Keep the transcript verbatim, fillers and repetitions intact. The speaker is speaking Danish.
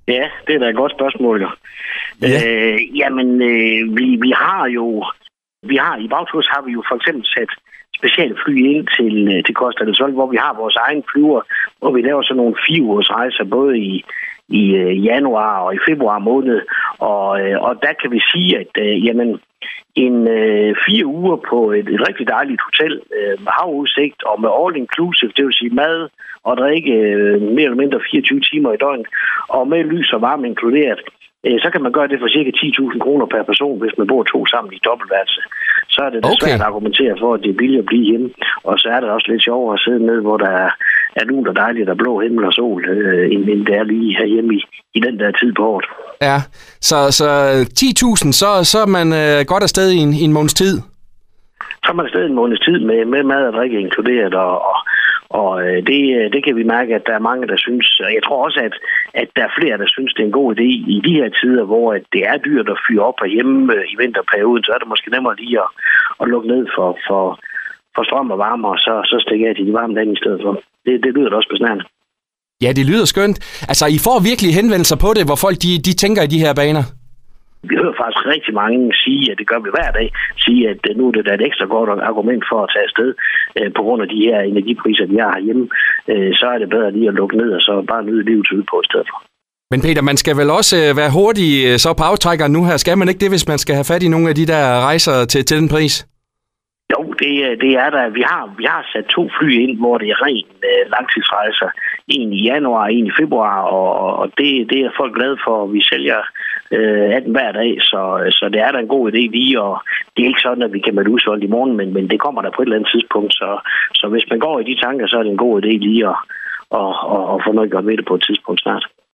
Ja, det er da et godt spørgsmål, jo. Ja. Øh, jamen, øh, vi, vi har jo... Vi har i Bagtours har vi jo for eksempel sat specielle fly ind til, til Costa del Sol, hvor vi har vores egen flyver, hvor vi laver sådan nogle fire ugers rejser, både i, i uh, januar og i februar måned. Og, uh, og der kan vi sige, at uh, jamen, en uh, fire uger på et, et rigtig dejligt hotel uh, med havudsigt og med all inclusive, det vil sige mad og drikke uh, mere eller mindre fireogtyve timer i døgnet, og med lys og varme inkluderet, så kan man gøre det for cirka ti tusind kroner per person, hvis man bor to sammen i dobbeltværelse. Så er det okay. Svært at argumentere for, at det er billigt at blive hjemme. Og så er det også lidt sjovere at sidde ned, hvor der er lunt og dejligt og blå himmel og sol, øh, end det er lige herhjemme i, i den der tid på året. Ja, så, så ti tusind, så, så er man øh, godt afsted i en, i en måneds tid? Så er man afsted i en måneds tid med, med mad og drikke inkluderet, og, og Og det, det kan vi mærke, at der er mange, der synes, og jeg tror også, at, at der er flere, der synes, det er en god idé i de her tider, hvor det er dyrt at fyre op herhjemme i vinterperioden, så er det måske nemmere lige at, at lukke ned for, for, for strøm og varme, og så, så stikke af til de varme lande i stedet for. Det, det lyder da også besnærende. Ja, det lyder skønt. Altså, I får virkelig henvendelser på det, hvor folk de, de tænker i de her baner? Vi hører faktisk rigtig mange sige, at det gør vi hver dag, sige, at nu er det da et ekstra godt argument for at tage afsted øh, på grund af de her energipriser, vi har herhjemme. Øh, så er det bedre lige at lukke ned og så bare nyde livet ude på i stedet for. Men Peter, man skal vel også øh, være hurtig øh, så på aftrækkeren nu her. Skal man ikke det, hvis man skal have fat i nogle af de der rejser til, til den pris? Jo, det, det er der. Vi har, vi har sat to fly ind, hvor det er ren øh, langtidsrejser. En i januar og en i februar, og, og det, det er folk glade for. Vi sælger øh, af den hver dag, så, så det er da en god idé lige, og det er ikke sådan, at vi kan melde udsolgt i morgen, men, men det kommer der på et eller andet tidspunkt. Så, så hvis man går i de tanker, så er det en god idé lige at, at, at, at få noget gjort ved det på et tidspunkt snart.